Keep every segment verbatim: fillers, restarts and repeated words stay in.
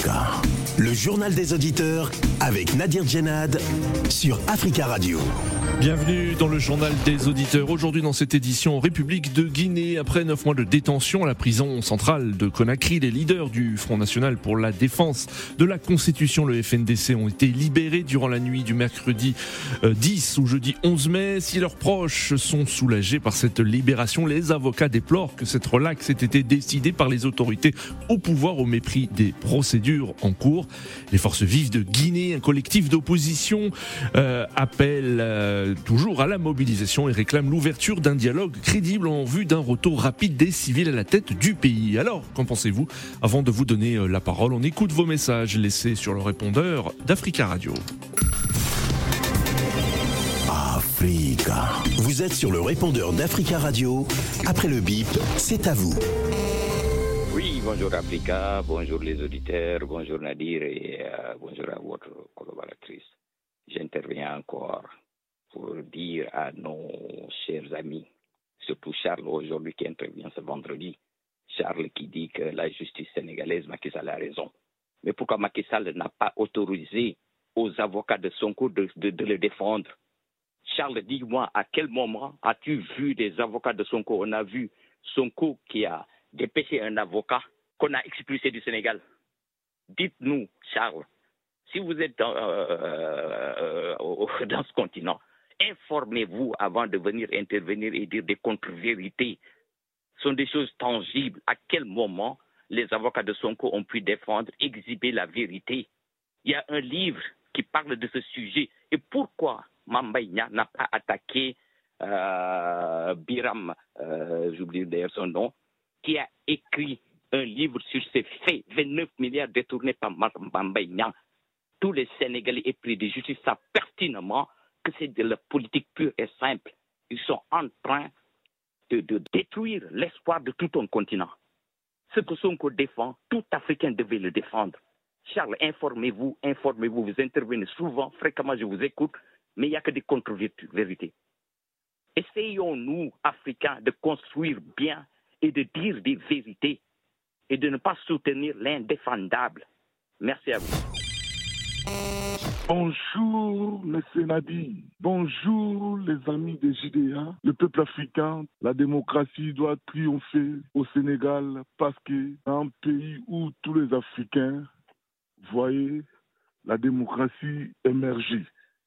Africa, le journal des auditeurs avec Nadir Djenad sur Africa Radio. Bienvenue dans le journal des auditeurs. Aujourd'hui dans cette édition en République de Guinée, après neuf mois de détention à la prison centrale de Conakry, les leaders du Front National pour la défense de la Constitution, le F N D C, ont été libérés durant la nuit du mercredi dix au jeudi onze mai. Si leurs proches sont soulagés par cette libération, les avocats déplorent que cette relaxe ait été décidée par les autorités au pouvoir au mépris des procédures en cours. Les forces vives de Guinée, un collectif d'opposition, euh, appellent euh, toujours à la mobilisation et réclame l'ouverture d'un dialogue crédible en vue d'un retour rapide des civils à la tête du pays. Alors, qu'en pensez-vous ? Avant de vous donner la parole, on écoute vos messages laissés sur le répondeur d'Africa Radio. Africa. Vous êtes sur le répondeur d'Africa Radio. Après le bip, c'est à vous. Oui, bonjour Africa, bonjour les auditeurs, bonjour Nadir et euh, bonjour à votre collaboratrice. J'interviens encore pour dire à nos chers amis, surtout Charles aujourd'hui qui intervient ce vendredi, Charles qui dit que la justice sénégalaise, Macky Sall a raison. Mais pourquoi Macky Sall n'a pas autorisé aux avocats de Sonko de, de, de le défendre? Charles, dis-moi, à quel moment as-tu vu des avocats de Sonko? On a vu Sonko qui a dépêché un avocat qu'on a expulsé du Sénégal. Dites-nous, Charles, si vous êtes dans, euh, euh, dans ce continent, informez-vous avant de venir intervenir et dire des contre-vérités. Ce sont des choses tangibles. À quel moment les avocats de Sonko ont pu défendre, exhiber la vérité? Il y a un livre qui parle de ce sujet. Et pourquoi Mbaye Niang n'a pas attaqué euh, Biram, euh, j'oublie d'ailleurs son nom, qui a écrit un livre sur ces faits, vingt-neuf milliards détournés par Mbaye Niang. Tous les Sénégalais épris de justice savent pertinemment que c'est de la politique pure et simple. Ils sont en train de, de détruire l'espoir de tout un continent. Ce que Sonko défend, tout Africain devait le défendre. Charles, informez-vous, informez-vous, vous intervenez souvent, fréquemment, je vous écoute, mais il n'y a que des contre-vérités. Essayons-nous, Africains, de construire bien et de dire des vérités et de ne pas soutenir l'indéfendable. Merci à vous. Bonjour, M. Nadi. Bonjour, les amis des J D A. Le peuple africain, la démocratie doit triompher au Sénégal parce que dans un pays où tous les Africains voyaient la démocratie émerger.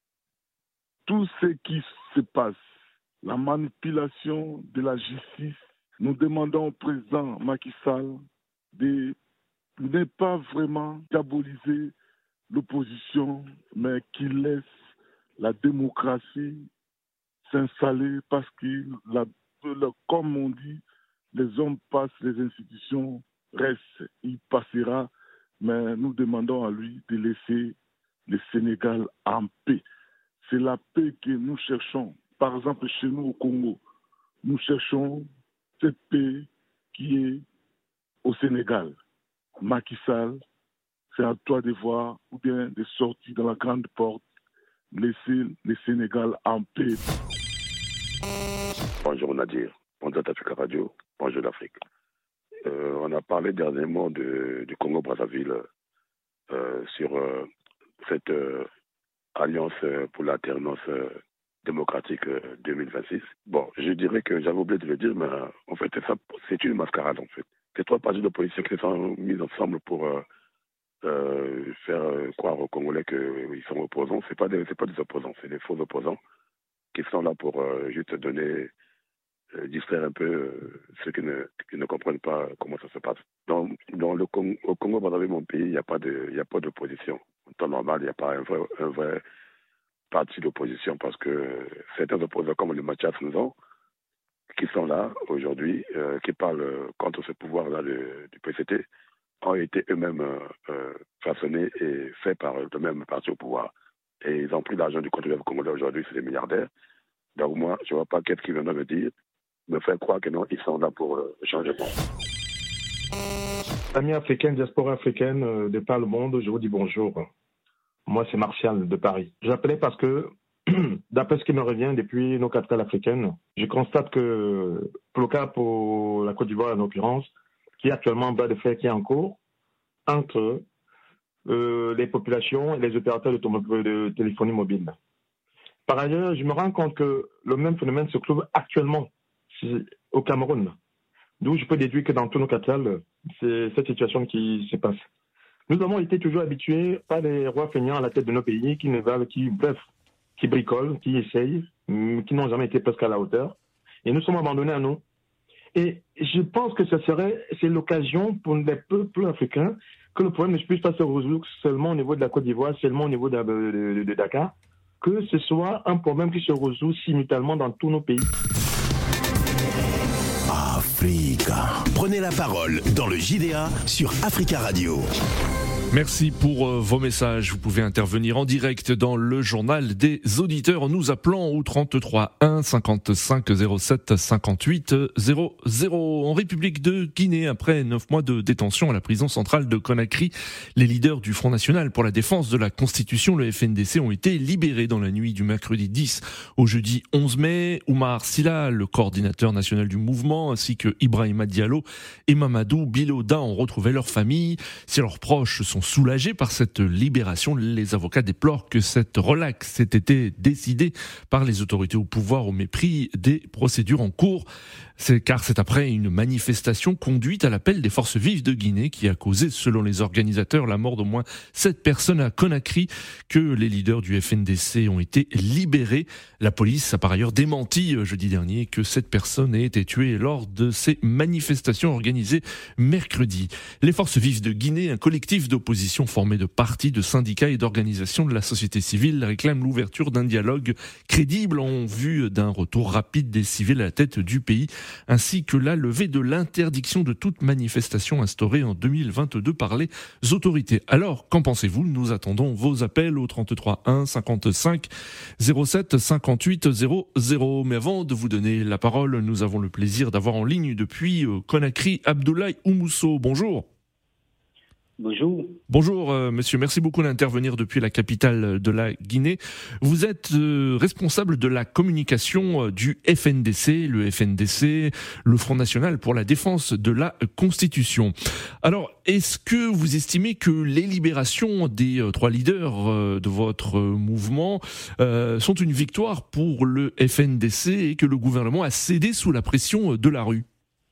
Tout ce qui se passe, la manipulation de la justice, nous demandons au président Macky Sall de ne pas vraiment diaboliser l'opposition, mais qu'il laisse la démocratie s'installer parce que, la, la, comme on dit, les hommes passent, les institutions restent. Il passera, mais nous demandons à lui de laisser le Sénégal en paix. C'est la paix que nous cherchons. Par exemple, chez nous au Congo, nous cherchons cette paix qui est au Sénégal. Macky Sall, c'est à toi de voir ou bien de sortir dans la grande porte, laisser le Sénégal en paix. Bonjour Nadir, bonjour Africa Radio, bonjour l'Afrique. Euh, on a parlé dernièrement de, du Congo-Brazzaville euh, sur euh, cette euh, alliance pour l'alternance euh, démocratique euh, deux mille vingt-six. Bon, je dirais que j'avais oublié de le dire, mais euh, en fait, c'est, ça, c'est une mascarade en fait. Ces trois partis d'opposition qui se sont mis ensemble pour euh, euh, faire euh, croire aux Congolais qu'ils sont opposants, c'est pas des, c'est pas des opposants, c'est des faux opposants qui sont là pour euh, juste donner, euh, distraire un peu euh, ceux qui ne, qui ne comprennent pas comment ça se passe. Dans, dans le Congo, au Congo, dans mon pays, il n'y a pas de, il y a pas d'opposition. En temps normal, il n'y a pas un vrai, un vrai parti d'opposition parce que certains opposants comme le Mathias Nzon, qui sont là aujourd'hui, euh, qui parlent contre ce pouvoir-là de, du P C T, ont été eux-mêmes euh, façonnés et faits par le même parti au pouvoir. Et ils ont pris l'argent du contribuable congolais aujourd'hui, c'est des milliardaires. Donc moi, je ne vois pas qu'est-ce qu'ils viennent me dire, me faire croire que non, ils sont là pour euh, le changement. Amis africains, diaspora africaine euh, de par le monde, je vous dis bonjour. Moi, c'est Martial de Paris. J'appelais parce que, d'après ce qui me revient depuis nos capitales africaines, je constate que, pour le cas pour la Côte d'Ivoire en l'occurrence, qui est actuellement en bas de fer qui est en cours, entre euh, les populations et les opérateurs de, de téléphonie mobile. Par ailleurs, je me rends compte que le même phénomène se trouve actuellement au Cameroun, d'où je peux déduire que dans tous nos capitales, c'est cette situation qui se passe. Nous avons été toujours habitués par les rois feignants à la tête de nos pays qui ne valent, qui, bref, qui bricolent, qui essayent, qui n'ont jamais été presque à la hauteur. Et nous sommes abandonnés à nous. Et je pense que ce serait, c'est l'occasion pour les peuples africains que le problème ne puisse pas se résoudre seulement au niveau de la Côte d'Ivoire, seulement au niveau de, de, de, de Dakar, que ce soit un problème qui se résout simultanément dans tous nos pays. Africa. Prenez la parole dans le J D A sur Africa Radio. Merci pour euh, vos messages. Vous pouvez intervenir en direct dans le journal des auditeurs en nous appelant au trente-trois un cinquante-cinq zéro sept cinquante-huit zéro zéro. En République de Guinée, après neuf mois de détention à la prison centrale de Conakry, les leaders du Front National pour la défense de la Constitution, le F N D C, ont été libérés dans la nuit du mercredi dix au jeudi onze mai. Oumar Silla, le coordinateur national du mouvement, ainsi que Ibrahima Diallo et Mamadou Biloda ont retrouvé leur famille. Si leurs proches sont soulagés par cette libération, les avocats déplorent que cette relaxe ait été décidée par les autorités au pouvoir au mépris des procédures en cours. C'est car c'est après une manifestation conduite à l'appel des forces vives de Guinée qui a causé, selon les organisateurs, la mort d'au moins sept personnes à Conakry que les leaders du F N D C ont été libérés. La police a par ailleurs démenti jeudi dernier que cette personne ait été tuée lors de ces manifestations organisées mercredi. Les forces vives de Guinée, un collectif d'opposition formé de partis, de syndicats et d'organisations de la société civile, réclament l'ouverture d'un dialogue crédible en vue d'un retour rapide des civils à la tête du pays, ainsi que la levée de l'interdiction de toute manifestation instaurée en deux mille vingt-deux par les autorités. Alors, qu'en pensez-vous ? Nous attendons vos appels au trente-trois un cinquante-cinq zéro sept cinquante-huit zéro zéro. Mais avant de vous donner la parole, nous avons le plaisir d'avoir en ligne depuis Conakry Abdoulaye Oumousso. Bonjour. Bonjour. Bonjour euh, monsieur, merci beaucoup d'intervenir depuis la capitale de la Guinée. Vous êtes euh, responsable de la communication euh, du F N D C, le F N D C, le Front National pour la défense de la Constitution. Alors, est-ce que vous estimez que les libérations des euh, trois leaders euh, de votre euh, mouvement euh, sont une victoire pour le F N D C et que le gouvernement a cédé sous la pression de la rue ?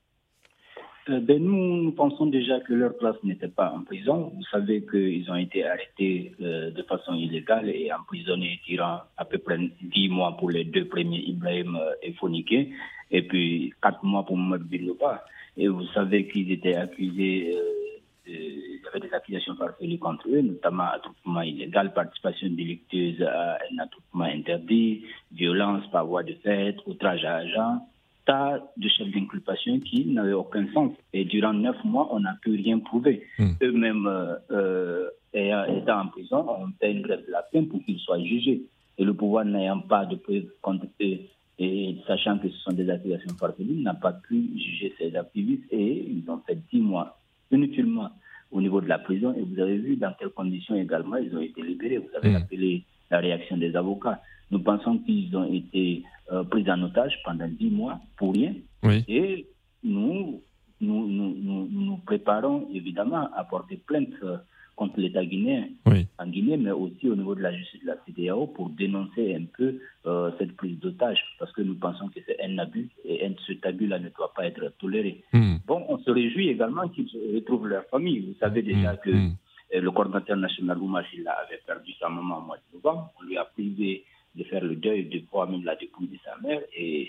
Euh, ben nous, nous pensons déjà que leur place n'était pas en prison. Vous savez qu'ils ont été arrêtés euh, de façon illégale et emprisonnés durant à peu près dix mois pour les deux premiers, Ibrahim euh, et Foniké, et puis quatre mois pour Mamadou Biloba. Et vous savez qu'ils étaient accusés, euh, de, il y avait des accusations farfelues contre eux, notamment attroupement illégal, participation délictueuse à un attroupement interdit, violence par voie de fait, outrage à agent. Tas de chefs d'inculpation qui n'avaient aucun sens. Et durant neuf mois, on n'a pu rien prouver. Mmh. Eux-mêmes, euh, étant en prison, on fait une grève de la faim pour qu'ils soient jugés. Et le pouvoir n'ayant pas de preuves contre eux, et sachant que ce sont des accusations farfelues, n'a pas pu juger ces activistes et ils ont fait dix mois inutilement au niveau de la prison. Et vous avez vu dans quelles conditions également ils ont été libérés. Vous avez mmh. appelé la réaction des avocats. Nous pensons qu'ils ont été euh, pris en otage pendant dix mois pour rien. Oui. Et nous nous, nous, nous nous préparons évidemment à porter plainte euh, contre l'État guinéen oui. en Guinée, mais aussi au niveau de la justice de la C E D E A O pour dénoncer un peu euh, cette prise d'otage, parce que nous pensons que c'est un abus et un, cet abus-là ne doit pas être toléré. Mm. Bon, on se réjouit également qu'ils retrouvent leur famille. Vous savez déjà mm. que mm. euh, le coordinateur national Oumar Silla avait perdu sa maman au mois de novembre. On lui a privé de faire le deuil de voir même la dépouille de sa mère. Et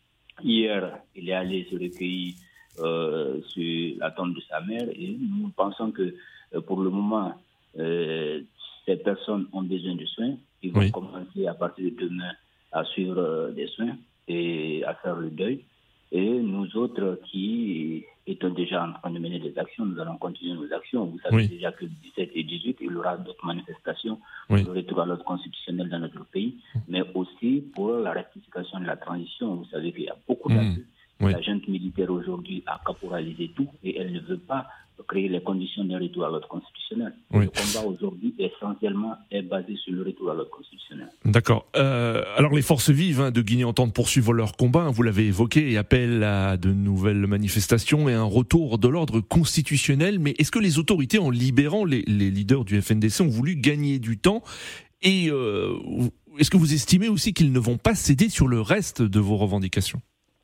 hier, il est allé se recueillir euh, sur la tombe de sa mère. Et nous pensons que euh, pour le moment, euh, ces personnes ont besoin de soins. Ils vont oui. commencer à partir de demain à suivre euh, des soins et à faire le deuil. Et nous autres qui étant déjà en train de mener des actions, nous allons continuer nos actions. Vous savez oui. déjà que le dix-sept et dix-huit, il y aura d'autres manifestations oui. pour le retour à l'ordre constitutionnel dans notre pays, mais aussi pour la rectification de la transition. Vous savez qu'il y a beaucoup d'abus, mmh. Oui. La junte militaire aujourd'hui a caporalisé tout et elle ne veut pas créer les conditions d'un retour à l'ordre constitutionnel. Oui. Le combat aujourd'hui essentiellement est basé sur le retour à l'ordre constitutionnel. D'accord. Euh, alors les forces vives hein, de Guinée entendent poursuivre leur combat, hein, vous l'avez évoqué, et appellent à de nouvelles manifestations et un retour de l'ordre constitutionnel. Mais est-ce que les autorités, en libérant les, les leaders du F N D C, ont voulu gagner du temps ? Et euh, est-ce que vous estimez aussi qu'ils ne vont pas céder sur le reste de vos revendications ?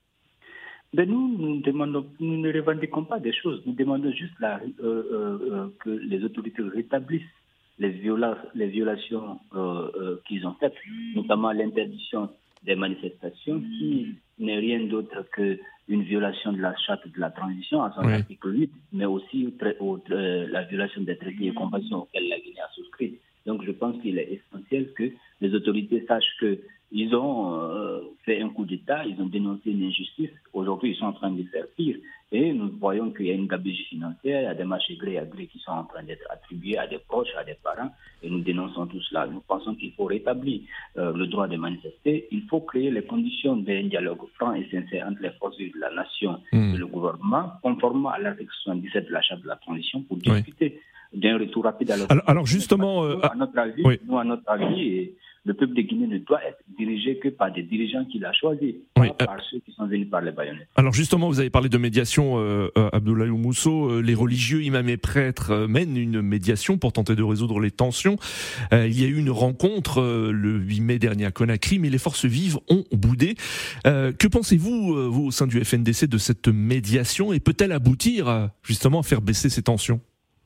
Ben nous, nous, demandons, nous ne revendiquons pas des choses. Nous demandons juste la, euh, euh, que les autorités rétablissent les, viola, les violations euh, euh, qu'ils ont faites, notamment l'interdiction des manifestations, qui n'est rien d'autre qu'une violation de la charte de la transition à son oui. article huit, mais aussi au, euh, la violation des traités et conventions auxquels la Guinée a souscrit. Donc je pense qu'il est essentiel que les autorités sachent que ils ont euh, fait un coup d'État, ils ont dénoncé une injustice. Aujourd'hui, ils sont en train de faire pire. Et nous voyons qu'il y a une gabegie financière, il y a des marchés gré à gré qui sont en train d'être attribués à des proches, à des parents. Et nous dénonçons tout cela. Nous pensons qu'il faut rétablir euh, le droit de manifester. Il faut créer les conditions d'un dialogue franc et sincère entre les forces de la nation mmh. et le gouvernement, conformément à l'article soixante-dix-sept de la Charte de la transition, pour discuter oui. d'un retour rapide à l'ordre. Alors, alors justement, nous, à notre avis, oui. nous, à notre avis, et le peuple de Guinée ne doit être dirigé que par des dirigeants qu'il a choisis, oui. pas par ceux qui sont venus par les baïonnettes. Alors justement, vous avez parlé de médiation, euh, Abdoulaye Oumousso. Euh, les religieux, imams et prêtres euh, mènent une médiation pour tenter de résoudre les tensions. Euh, il y a eu une rencontre euh, le huit mai dernier à Conakry, mais les forces vives ont boudé. Euh, que pensez-vous, euh, vous, au sein du F N D C, de cette médiation, et peut-elle aboutir euh, justement à faire baisser ces tensions ?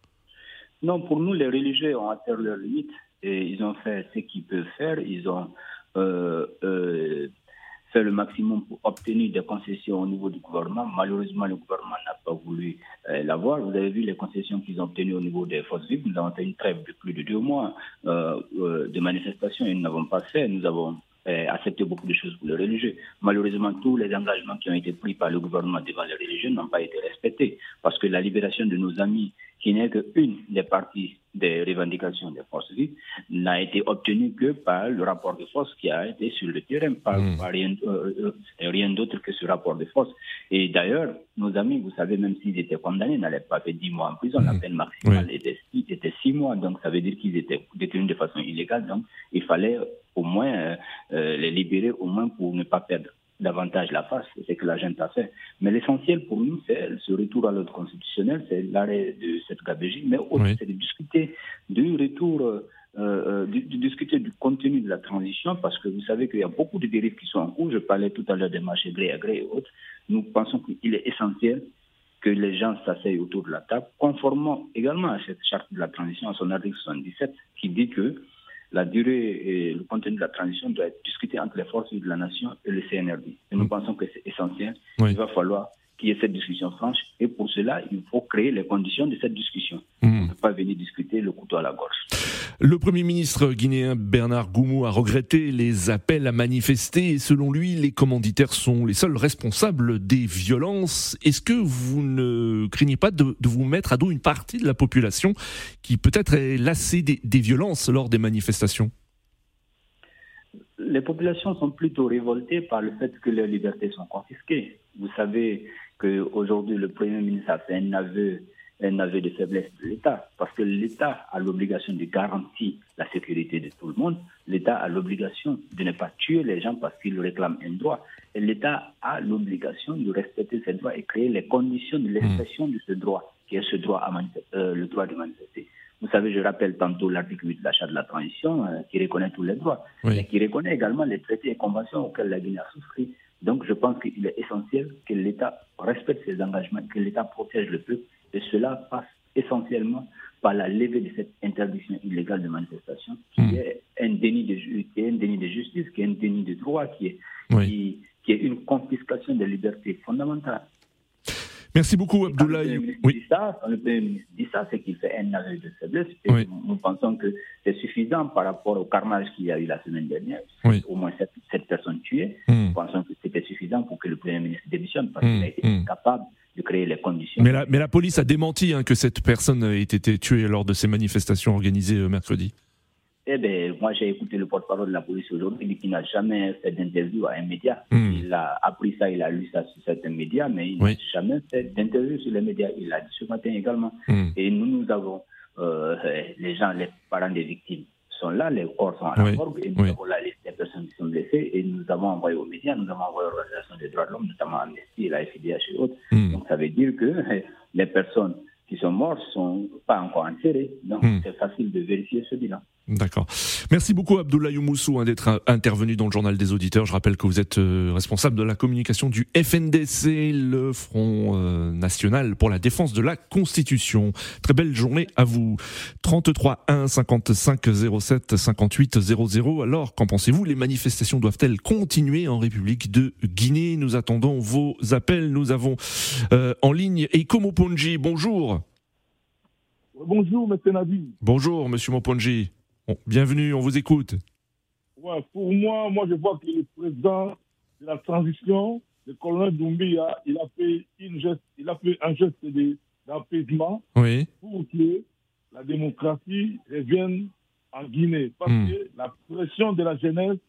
Non, pour nous, les religieux ont atteint leurs limites. Et ils ont fait ce qu'ils peuvent faire. Ils ont euh, euh, fait le maximum pour obtenir des concessions au niveau du gouvernement. Malheureusement, le gouvernement n'a pas voulu euh, l'avoir. Vous avez vu les concessions qu'ils ont obtenues au niveau des forces vives. Nous avons fait une trêve de plus de deux mois euh, euh, de manifestations et nous n'avons pas fait. Nous avons euh, accepté beaucoup de choses pour les religieux. Malheureusement, tous les engagements qui ont été pris par le gouvernement devant les religieux n'ont pas été respectés. Parce que la libération de nos amis, qui n'est qu'une des parties des revendications des forces vives, n'a été obtenue que par le rapport de force qui a été sur le terrain, par, mmh. par rien, euh, rien d'autre que ce rapport de force. Et d'ailleurs, nos amis, vous savez, même s'ils étaient condamnés, n'allaient pas faire dix mois en prison. Mmh. La peine maximale oui. était, était six mois, donc ça veut dire qu'ils étaient détenus de façon illégale. Donc il fallait au moins euh, euh, les libérer, au moins pour ne pas perdre davantage la face, c'est ce que la junte a fait. Mais l'essentiel pour nous, c'est ce retour à l'ordre constitutionnel, c'est l'arrêt de cette gabegie, mais aussi oui. c'est de discuter du retour, euh, euh, de, de discuter du contenu de la transition, parce que vous savez qu'il y a beaucoup de dérives qui sont en cours. Je parlais tout à l'heure des marchés gré à gré et autres. Nous pensons qu'il est essentiel que les gens s'asseyent autour de la table, conformément également à cette charte de la transition, à son article soixante-dix-sept, qui dit que la durée et le contenu de la transition doit être discuté entre les forces de la nation et le C N R D. Et nous mmh. pensons que c'est essentiel. Oui. Il va falloir qu'il y ait cette discussion franche. Et pour cela, il faut créer les conditions de cette discussion. Mmh. On ne peut pas venir discuter le couteau à la gorge. Le Premier ministre guinéen Bernard Goumou a regretté les appels à manifester. Et selon lui, les commanditaires sont les seuls responsables des violences. Est-ce que vous ne craignez pas de, de vous mettre à dos une partie de la population qui peut-être est lassée des, des violences lors des manifestations ? Les populations sont plutôt révoltées par le fait que leurs libertés sont confisquées. Vous savez qu'aujourd'hui, le Premier ministre a fait un aveu, un aveu de faiblesse de l'État, parce que l'État a l'obligation de garantir la sécurité de tout le monde. L'État a l'obligation de ne pas tuer les gens parce qu'ils réclament un droit. Et l'État a l'obligation de respecter ces droits et créer les conditions de l'expression de ce droit, qui est ce droit à manifester, euh, le droit de manifester. Vous savez, je rappelle tantôt l'article huit de la Charte de la transition euh, qui reconnaît tous les droits, oui. mais qui reconnaît également les traités et conventions auxquels la Guinée a souscrit. Donc je pense qu'il est essentiel que l'État respecte ses engagements, que l'État protège le peuple, et cela passe essentiellement par la levée de cette interdiction illégale de manifestation, qui, mmh. est, un déni de, qui est un déni de justice, qui est un déni de droit, qui est, oui. qui, qui est une confiscation des libertés fondamentales. Merci beaucoup, Abdoulaye. Quand oui. ça, quand le Premier ministre dit ça, c'est qu'il fait un aveu de faiblesse. Et oui. nous, nous pensons que c'est suffisant par rapport au carnage qu'il y a eu la semaine dernière. Oui. Au moins sept, sept personnes tuées. Mm. Nous pensons que c'était suffisant pour que le Premier ministre démissionne parce mm. qu'il a été mm. incapable de créer les conditions. Mais la, mais la police a démenti hein, que cette personne ait été tuée lors de ces manifestations organisées euh, mercredi. Eh bien, moi, j'ai écouté le porte-parole de la police aujourd'hui, il dit qu'il n'a jamais fait d'interview à un média. Mmh. Il a appris ça, il a lu ça sur certains médias, mais il oui. n'a jamais fait d'interview sur les médias. Il l'a dit ce matin également. Mmh. Et nous, nous avons euh, les gens, les parents des victimes sont là, les corps sont à la oui. morgue, et nous oui. avons la liste des personnes qui sont blessées, et nous avons envoyé aux médias, nous avons envoyé aux organisations des droits de l'homme, notamment Amnesty, la F I D H et autres. Mmh. Donc, ça veut dire que les personnes qui sont mortes ne sont pas encore enterrées. Donc, mmh. c'est facile de vérifier ce bilan. D'accord. Merci beaucoup Abdoulaye Oumoussou hein, d'être intervenu dans le journal des auditeurs. Je rappelle que vous êtes euh, responsable de la communication du F N D C, le Front euh, National pour la défense de la Constitution. Très belle journée à vous. trente-trois un cinquante-cinq zéro sept cinquante-huit zéro zéro. Alors, qu'en pensez-vous? Les manifestations doivent-elles continuer en République de Guinée? Nous attendons vos appels. Nous avons euh, en ligne Eiko Moponji. Bonjour. Bonjour, M. Nadi. Bonjour, M. Moponji. Bon, bienvenue, on vous écoute. Ouais, pour moi, moi, je vois que le président de la transition, le colonel Doumbia, il a fait, une geste, il a fait un geste de, d'apaisement oui. pour que la démocratie revienne en Guinée. Parce mmh. que la pression de la jeunesse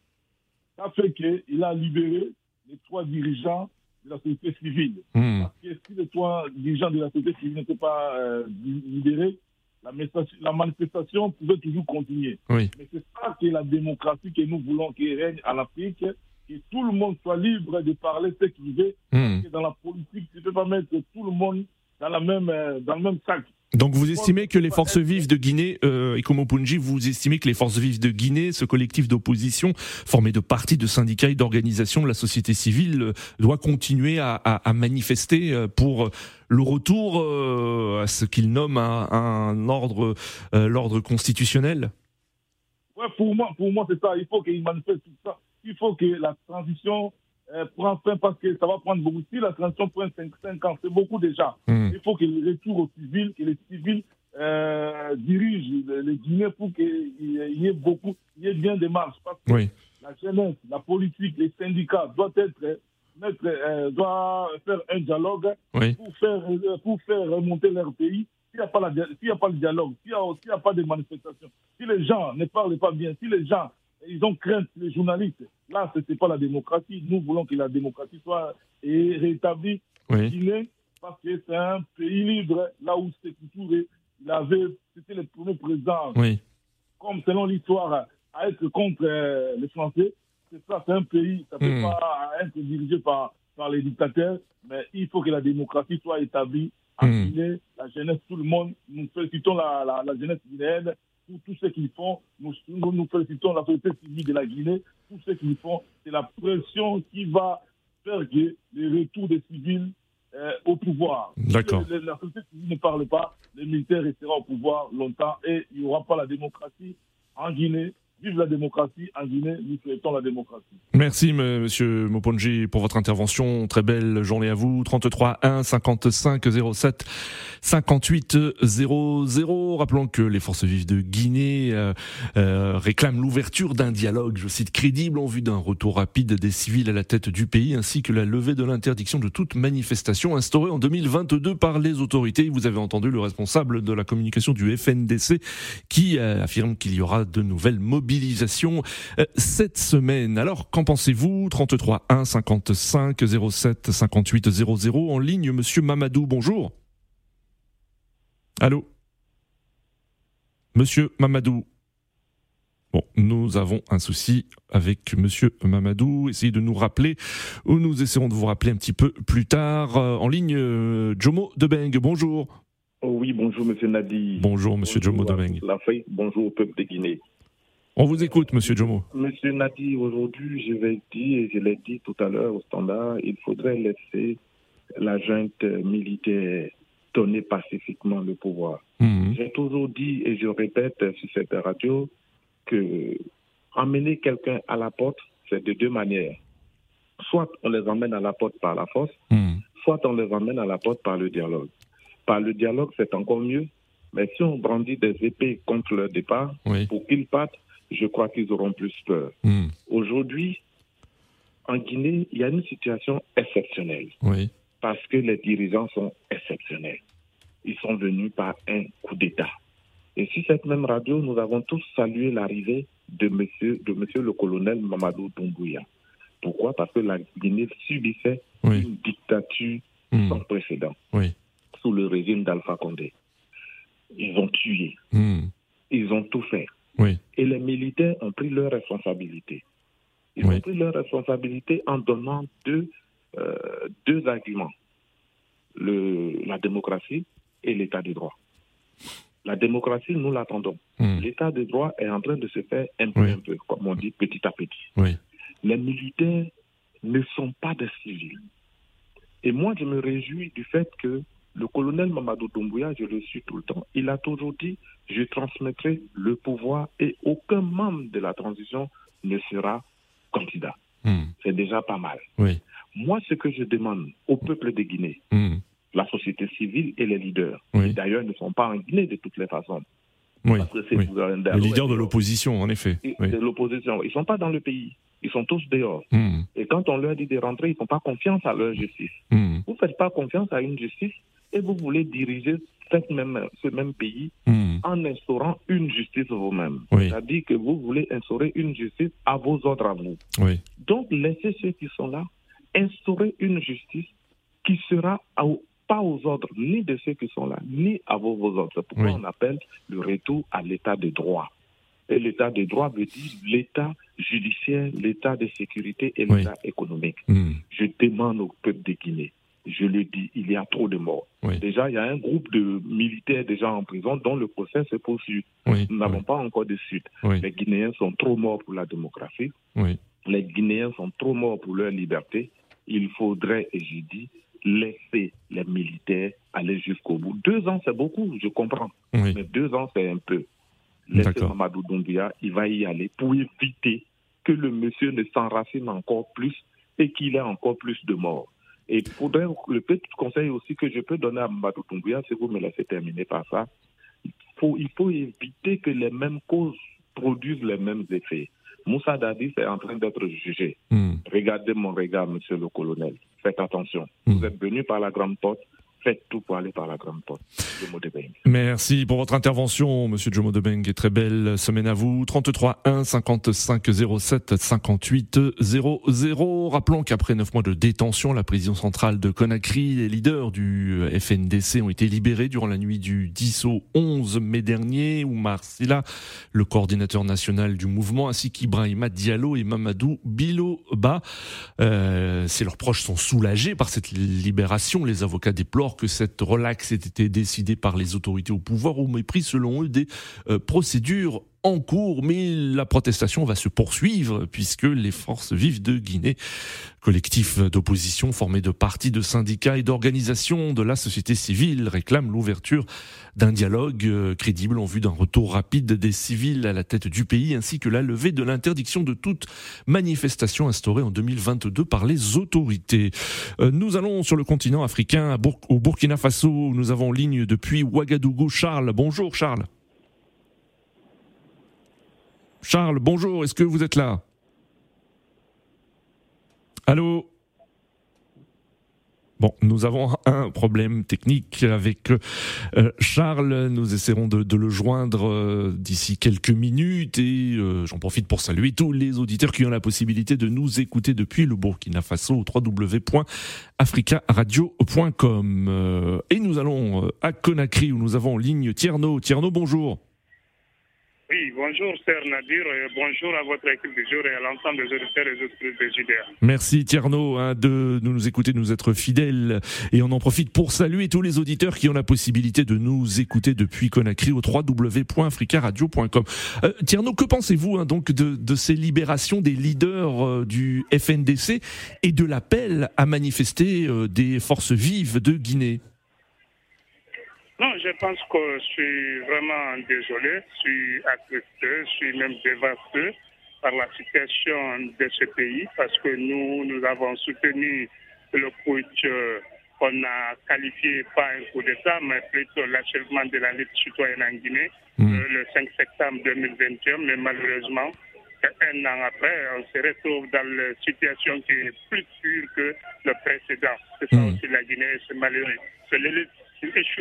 a fait qu'il a libéré les trois dirigeants de la société civile. Mmh. Parce que si les trois dirigeants de la société civile n'étaient pas euh, libérés, La, la manifestation pouvait toujours continuer. Oui. Mais c'est ça que la démocratie que nous voulons qui règne en Afrique, que tout le monde soit libre de parler ce qu'il veut. Mmh. Parce que dans la politique, tu ne peux pas mettre tout le monde dans, la même, dans le même sac. Donc vous estimez que les forces vives de Guinée, euh, Eiko Moponji, vous estimez que les forces vives de Guinée, ce collectif d'opposition formé de partis, de syndicats et d'organisations de la société civile, euh, doit continuer à, à, à manifester pour le retour euh, à ce qu'ils nomment un, un ordre, euh, l'ordre constitutionnel? Ouais, pour moi, pour moi c'est ça. Il faut qu'ils manifestent tout ça. Il faut que la transition Euh, prend fin parce que ça va prendre beaucoup. Si la transition prend cinq ans, c'est beaucoup déjà. Mmh. Il faut que les retours aux civils, que les civils euh, dirigent les, les Guinéens pour qu'il y ait beaucoup, il y ait bien des marches. Parce que oui. la jeunesse, la politique, les syndicats doivent être, mettre, euh, doivent faire un dialogue oui. pour faire pour faire remonter leur pays. S'il n'y a pas la, s'il n'y a pas le dialogue, s'il n'y a, s'il n'y a pas de manifestation, si les gens ne parlent pas bien, si les gens ils ont crainte, les journalistes. Là, ce n'est pas la démocratie. Nous voulons que la démocratie soit rétablie en oui. Guinée parce que c'est un pays libre. Là où Sékou Touré, il avait, c'était le premier président, oui. comme selon l'histoire, à être contre euh, les Français. C'est ça, c'est un pays, ça ne peut mmh. pas être dirigé par, par les dictateurs, mais il faut que la démocratie soit établie en mmh. Guinée. La jeunesse, tout le monde, nous félicitons la, la, la jeunesse guinéenne pour tout ce qu'ils font. Nous, nous, nous félicitons la société civile de la Guinée. Tout ce qu'ils font, c'est la pression qui va faire que le retour des civils euh, au pouvoir. D'accord. Si la société civile ne parle pas, les militaires resteront au pouvoir longtemps et il n'y aura pas la démocratie en Guinée. Vive la démocratie en Guinée, nous souhaitons la démocratie. Merci Monsieur Moponji pour votre intervention, très belle journée à vous. trente-trois un cinquante-cinq zéro sept cinquante-huit zéro zéro. Rappelons que les forces vives de Guinée euh, euh, réclament l'ouverture d'un dialogue, je cite, crédible en vue d'un retour rapide des civils à la tête du pays, ainsi que la levée de l'interdiction de toute manifestation instaurée en deux mille vingt-deux par les autorités. Vous avez entendu le responsable de la communication du F N D C qui euh, affirme qu'il y aura de nouvelles mobilisations mobilisation euh, cette semaine. Alors, qu'en pensez-vous? trente-trois un cinquante-cinq zéro sept cinquante-huit zéro zéro. En ligne, Monsieur Mamadou, bonjour. Allô? Monsieur Mamadou. Bon, nous avons un souci avec Monsieur Mamadou. Essayez de nous rappeler, ou nous essaierons de vous rappeler un petit peu plus tard. Euh, en ligne, euh, Jomo Debeng, bonjour. Oh oui, bonjour Monsieur Nadi. Bonjour Monsieur Jomo Debeng. L'Afrique, bonjour au peuple de Guinée. On vous écoute, Monsieur Jomo. Monsieur Nadi, aujourd'hui, je vais dire, et je l'ai dit tout à l'heure au standard, il faudrait laisser la junte militaire donner pacifiquement le pouvoir. Mmh. J'ai toujours dit, et je répète sur cette radio, que emmener quelqu'un à la porte, c'est de deux manières. Soit on les emmène à la porte par la force, mmh. soit on les emmène à la porte par le dialogue. Par le dialogue, c'est encore mieux, mais si on brandit des épées contre leur départ, oui. pour qu'ils partent, je crois qu'ils auront plus peur. Mmh. Aujourd'hui, en Guinée, il y a une situation exceptionnelle. Oui. Parce que les dirigeants sont exceptionnels. Ils sont venus par un coup d'État. Et sur cette même radio, nous avons tous salué l'arrivée de monsieur, de monsieur le colonel Mamadou Doumbouya. Pourquoi ? Parce que la Guinée subissait oui. une dictature mmh. sans précédent oui. sous le régime d'Alpha Condé. Ils ont tué, mmh. ils ont tout fait. Oui. Et les militaires ont pris leurs responsabilités. Ils oui. ont pris leurs responsabilités en donnant deux, euh, deux arguments, le, la démocratie et l'état de droit. La démocratie, nous l'attendons. Mmh. L'état de droit est en train de se faire un peu, oui. un peu, comme on dit, petit à petit. Oui. Les militaires ne sont pas des civils. Et moi, je me réjouis du fait que le colonel Mamadou Doumbouya, je le suis tout le temps, il a toujours dit « je transmettrai le pouvoir et aucun membre de la transition ne sera candidat mmh. ». C'est déjà pas mal. Oui. Moi, ce que je demande au peuple de Guinée, mmh. la société civile et les leaders, oui. qui d'ailleurs ne sont pas en Guinée de toutes les façons. Oui. Parce que c'est oui. Les leaders de l'opposition, en effet. De oui. l'opposition. Ils ne sont pas dans le pays. Ils sont tous dehors. Mmh. Et quand on leur dit de rentrer, ils ne font pas confiance à leur justice. Mmh. Vous ne faites pas confiance à une justice et vous voulez diriger cette même, ce même pays mmh. en instaurant une justice vous-même. Oui. C'est-à-dire que vous voulez instaurer une justice à vos ordres à vous. Oui. Donc, laissez ceux qui sont là instaurer une justice qui sera à, pas aux ordres ni de ceux qui sont là, ni à vos, vos ordres. C'est pourquoi oui. on appelle le retour à l'état de droit. Et l'état de droit veut dire l'état judiciaire, l'état de sécurité et l'état oui. économique. Mmh. Je demande au peuple de Guinée, je le dis, il y a trop de morts. Oui. Déjà, il y a un groupe de militaires déjà en prison dont le procès se poursuit. Oui. Nous n'avons oui. pas encore de suite. Oui. Les Guinéens sont trop morts pour la démocratie. Oui. Les Guinéens sont trop morts pour leur liberté. Il faudrait, et je dis, laisser les militaires aller jusqu'au bout. Deux ans, c'est beaucoup, je comprends. Oui. Mais deux ans, c'est un peu. Laissez Mamadou Doumbouya, il va y aller pour éviter que le monsieur ne s'enracine encore plus et qu'il ait encore plus de morts. Et il faudrait, le petit conseil aussi que je peux donner à Mamadou Doumbouya, si vous me laissez terminer par ça, il faut, il faut éviter que les mêmes causes produisent les mêmes effets. Moussa Dadi est en train d'être jugé. Mm. Regardez mon regard, monsieur le colonel. Faites attention. Mm. Vous êtes venu par la grande porte. Faites tout pour aller par la grande porte. Jomo Debeng. Merci pour votre intervention, monsieur Jomo Debeng, et très belle semaine à vous. trente-trois un cinquante-cinq zéro sept cinquante-huit zéro zéro. Rappelons qu'après neuf mois de détention, la prison centrale de Conakry, les leaders du F N D C ont été libérés durant la nuit du dix au onze mai dernier. Oumar Silla, le coordinateur national du mouvement, ainsi qu'Ibrahima Diallo et Mamadou Biloba. Euh, si leurs proches sont soulagés par cette libération, les avocats déplorent que cette relaxe ait été décidée par les autorités au pouvoir au mépris, selon eux, des euh, procédures en cours, mais la protestation va se poursuivre puisque les forces vives de Guinée, collectif d'opposition formé de partis, de syndicats et d'organisations de la société civile, réclament l'ouverture d'un dialogue crédible en vue d'un retour rapide des civils à la tête du pays, ainsi que la levée de l'interdiction de toute manifestation instaurée en deux mille vingt-deux par les autorités. Nous allons sur le continent africain, au Burkina Faso, où nous avons en ligne depuis Ouagadougou Charles. Bonjour Charles. Charles, bonjour, est-ce que vous êtes là ? Allô ? Bon, nous avons un problème technique avec euh, Charles. Nous essaierons de, de le joindre euh, d'ici quelques minutes et euh, j'en profite pour saluer tous les auditeurs qui ont la possibilité de nous écouter depuis le Burkina Faso au w w w point africa radio point com. Euh, et nous allons euh, à Conakry où nous avons en ligne Tierno. Tierno, bonjour. Oui, bonjour, Sir Nadir, et bonjour à votre équipe du jour et à l'ensemble des auditeurs et des auditrices de J D A. Merci Tierno hein, de nous écouter, de nous être fidèles. Et on en profite pour saluer tous les auditeurs qui ont la possibilité de nous écouter depuis Conakry au w w w point africa radio point com. Euh, Tierno, que pensez-vous hein, donc de, de ces libérations des leaders euh, du F N D C et de l'appel à manifester euh, des forces vives de Guinée ? Non, je pense que je suis vraiment désolé, je suis attristé, je suis même dévasté par la situation de ce pays parce que nous, nous avons soutenu le putsch qu'on a qualifié pas un coup d'État, mais plutôt l'achèvement de la lutte citoyenne en Guinée mmh. le cinq septembre deux mille vingt et un, mais malheureusement, un an après, on se retrouve dans la situation qui est plus dure que le précédent. C'est ça mmh. aussi la Guinée, c'est malheureux. C'est l'élite qui échoue.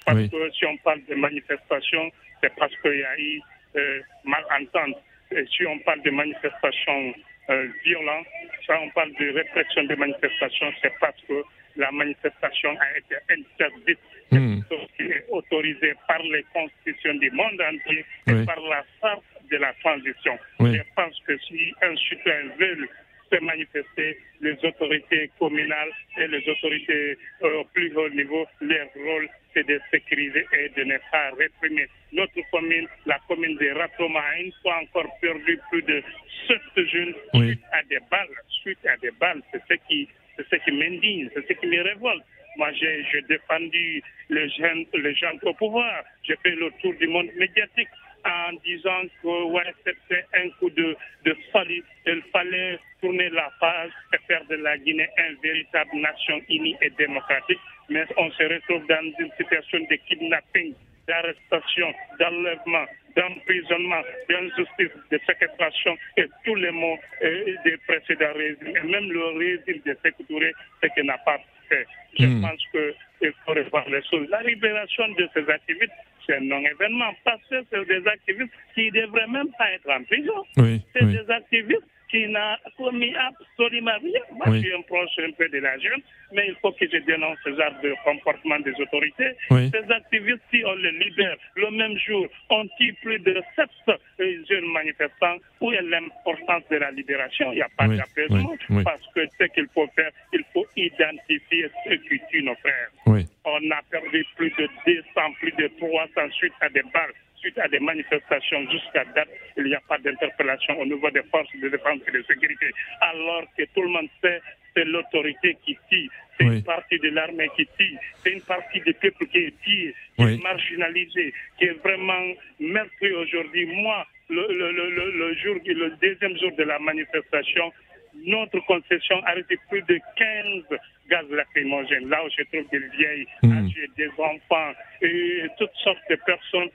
Parce oui. que si on parle de manifestations, c'est parce qu'il y a eu euh, malentente. Et si on parle de manifestations euh, violentes, si on parle de répression des manifestations, c'est parce que la manifestation a été interdite, mmh. qui est autorisée par les constitutions du monde entier et oui. par la charte de la transition. Oui. Je pense que si un citoyen veut se manifester, les autorités communales et les autorités euh, au plus haut niveau, leur rôle, c'est de sécuriser et de ne pas réprimer. Notre commune, la commune de Ratoma, a une fois encore perdu plus de sept jeunes oui. suite à des balles. Suite à des balles, c'est ce qui, c'est ce qui m'indigne, c'est ce qui me révolte. Moi, j'ai, j'ai défendu les jeunes, les gens au pouvoir. J'ai fait le tour du monde médiatique en disant que ouais, c'était un coup de, de folie. Il fallait tourner la page et faire de la Guinée une véritable nation unie et démocratique. Mais on se retrouve dans une situation de kidnapping, d'arrestation, d'enlèvement, d'emprisonnement, d'injustice, de séquestration et tous les mots euh, des précédents régimes. Et même le régime de Sékou Touré, ce qu'il n'a pas fait. Je mmh. pense qu'il faut revoir les choses. La libération de ces activistes, c'est un non-événement parce que c'est des activistes qui ne devraient même pas être en prison. Oui, c'est oui. des activistes qui n'ont commis absolument rien. Moi, oui. je suis un proche un peu de la jeune, mais il faut que je dénonce ce genre de comportement des autorités. Oui. Ces activistes, si on les libère le même jour, on tue plus de sept jeunes manifestants. Où est l'importance de la libération? Il n'y a pas oui. d'apaisement oui. oui. parce que ce qu'il faut faire, il faut identifier ceux qui tuent nos frères. Oui. On a perdu plus de deux cents, plus de trois cents suite à des balles, suite à des manifestations. Jusqu'à date, il n'y a pas d'interpellation au niveau des forces de défense et de sécurité. Alors que tout le monde sait, c'est l'autorité qui tue. C'est oui. une partie de l'armée qui tue. C'est une partie du peuple qui est tué, qui oui. est marginalisé, qui est vraiment meurtri aujourd'hui. Moi, le, le, le, le, jour, le deuxième jour de la manifestation, notre concession a reçu plus de quinze gaz lacrymogènes. Là où je trouve des vieilles, mmh. des enfants, et toutes sortes de personnes.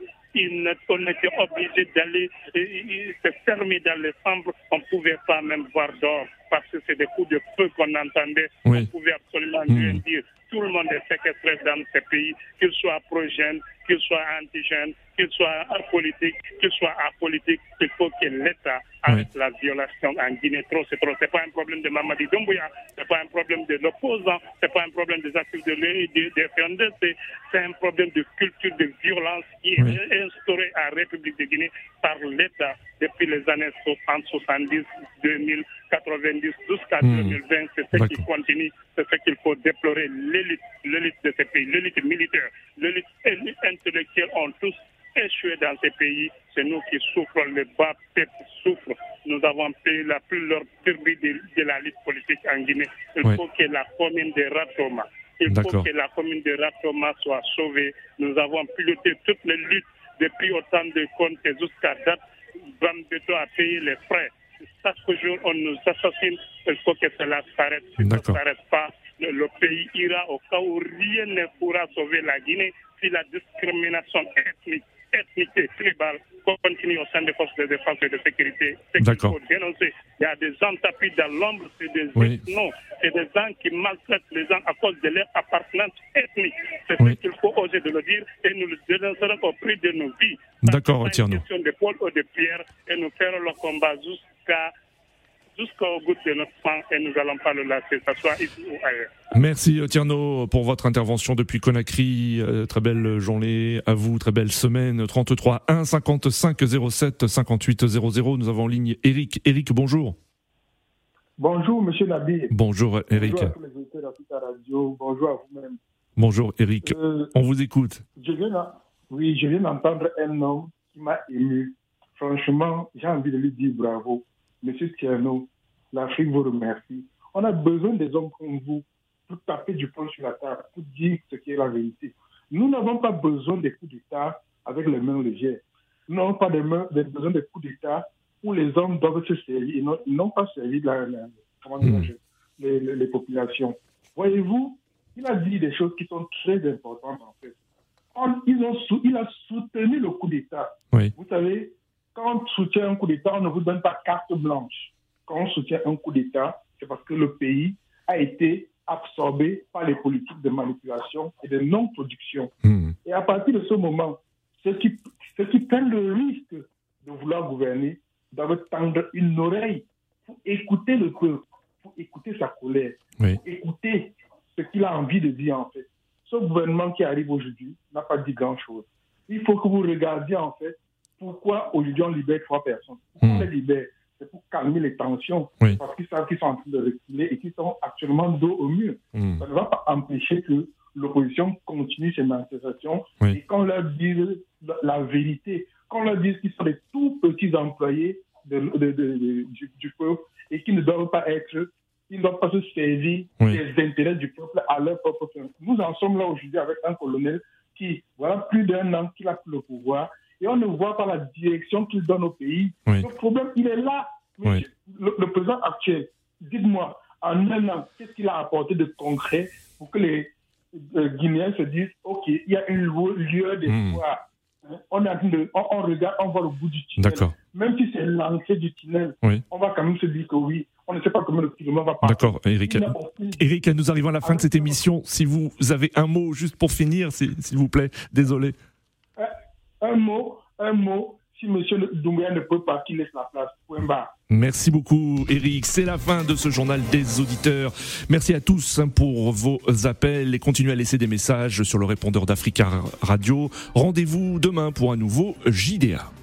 On était obligé d'aller se fermer dans les chambres. On ne pouvait pas même voir dehors parce que c'est des coups de feu qu'on entendait. Oui. On pouvait absolument mmh. rien dire. Tout le monde est séquestré dans ce pays, qu'il soit pro-jeune, qu'il soit anti-jeune, qu'il soit apolitique, qu'il soit apolitique. Il faut que l'État arrête oui. la violation en Guinée. Trop, c'est trop. Ce n'est pas un problème de Mamadi Doumbouya, ce n'est pas un problème de l'opposant, ce n'est pas un problème des actifs de l'E I, des F N D C. C'est un problème de culture de violence qui oui. est instauré à la République de Guinée par l'État depuis les années soixante, soixante-dix, deux mille, quatre-vingt-dix jusqu'à mmh. deux mille vingt. C'est ce D'accord. qui continue, c'est ce qu'il faut déplorer. L'élite, l'élite de ces pays, l'élite militaire, l'élite intellectuelle ont tous échoué dans ces pays. C'est nous qui souffrons, les bas peuples souffrent. Nous avons payé la plus lourde turbie de, de la lutte politique en Guinée. Il oui. faut que la commune de Ratoma, il D'accord. faut que la commune de Ratoma soit sauvée. Nous avons piloté toutes les luttes depuis autant de comptes jusqu'à date. Bambeto a payé les frais. Chaque jour, on nous assassine. Il faut que cela s'arrête. Si ça ne s'arrête pas, le, le pays ira au cas où rien ne pourra sauver la Guinée si la discrimination ethnique, ethnique et tribale continue au sein des forces de défense et de sécurité. C'est qu'il faut dénoncer. Il y a des gens tapis dans l'ombre, c'est des oui. non, c'est des gens qui maltraitent les gens à cause de leur appartenance ethnique. C'est oui. ce qu'il faut oser de le dire et nous le dénoncerons au prix de nos vies. D'accord, c'est une question de Paul ou de Pierre et nous ferons le combat jusqu'à jusqu'au bout de notre sang et nous allons pas le lâcher, que ce soit ici ou ailleurs. Merci Tierno pour votre intervention depuis Conakry. Euh, très belle journée à vous, très belle semaine. trente-trois un cinquante-cinq zéro sept cinquante-huit zéro zéro. Nous avons en ligne Eric. Eric, bonjour. Bonjour Monsieur Nabi. Bonjour Eric. Bonjour à tous les auditeurs d'Africa Radio. Bonjour à vous-même. Bonjour Eric. Euh, On vous écoute. Je viens à... Oui, je viens d'entendre un homme qui m'a ému. Franchement, j'ai envie de lui dire bravo. Monsieur Tierno, l'Afrique vous remercie. On a besoin des hommes comme vous pour taper du poing sur la table, pour dire ce qui est la vérité. Nous n'avons pas besoin des coups d'État avec les mains légères. Nous n'avons pas des mains, des, besoin des coups d'État où les hommes doivent se servir. Ils n'ont, ils n'ont pas servi de la, la, comment mmh. les, les, les populations. Voyez-vous, il a dit des choses qui sont très importantes en fait. On, ils ont sou, il a soutenu le coup d'État. Oui. Vous savez, quand on soutient un coup d'État, on ne vous donne pas carte blanche. Quand on soutient un coup d'État, c'est parce que le pays a été absorbés par les politiques de manipulation et de non-production. Mmh. Et à partir de ce moment, ceux qui, ceux qui prennent le risque de vouloir gouverner doivent tendre une oreille pour écouter le peuple, pour écouter sa colère, oui. pour écouter ce qu'il a envie de dire en fait. Ce gouvernement qui arrive aujourd'hui n'a pas dit grand-chose. Il faut que vous regardiez en fait pourquoi aujourd'hui on libère trois personnes. Pourquoi mmh. on les libère? C'est pour calmer les tensions, oui. parce qu'ils savent qu'ils sont en train de reculer et qu'ils sont actuellement dos au mur. Mmh. Ça ne va pas empêcher que l'opposition continue ses manifestations oui. et qu'on leur dise la, la vérité, qu'on leur dise qu'ils sont des tout petits employés de, de, de, de, du, du peuple et qu'ils ne doivent pas être, ils ne doivent pas se servir oui. des intérêts du peuple à leur propre fin. Nous en sommes là aujourd'hui avec un colonel qui, voilà plus d'un an qu'il a pris le pouvoir, et on ne voit pas la direction qu'il donne au pays. Oui. Le problème, il est là. Oui. Le, le président actuel, dites-moi, en un an, qu'est-ce qu'il a apporté de concret pour que les euh, Guinéens se disent, OK, il y a une lueur d'espoir. Mmh. On, est en train de, on, on regarde, on voit le bout du tunnel. D'accord. Même si c'est l'entrée du tunnel, oui. on va quand même se dire que oui, on ne sait pas comment le tunnel va passer. D'accord, Eric. Eric, nous arrivons à la fin de cette émission. Si vous avez un mot juste pour finir, s'il vous plaît, désolé. Un, un mot, un mot. Si M. Doumbouya ne peut pas, qu'il laisse la place. Point barre. Merci beaucoup, Eric. C'est la fin de ce journal des auditeurs. Merci à tous pour vos appels et continuez à laisser des messages sur le répondeur d'Africa Radio. Rendez-vous demain pour un nouveau J D A.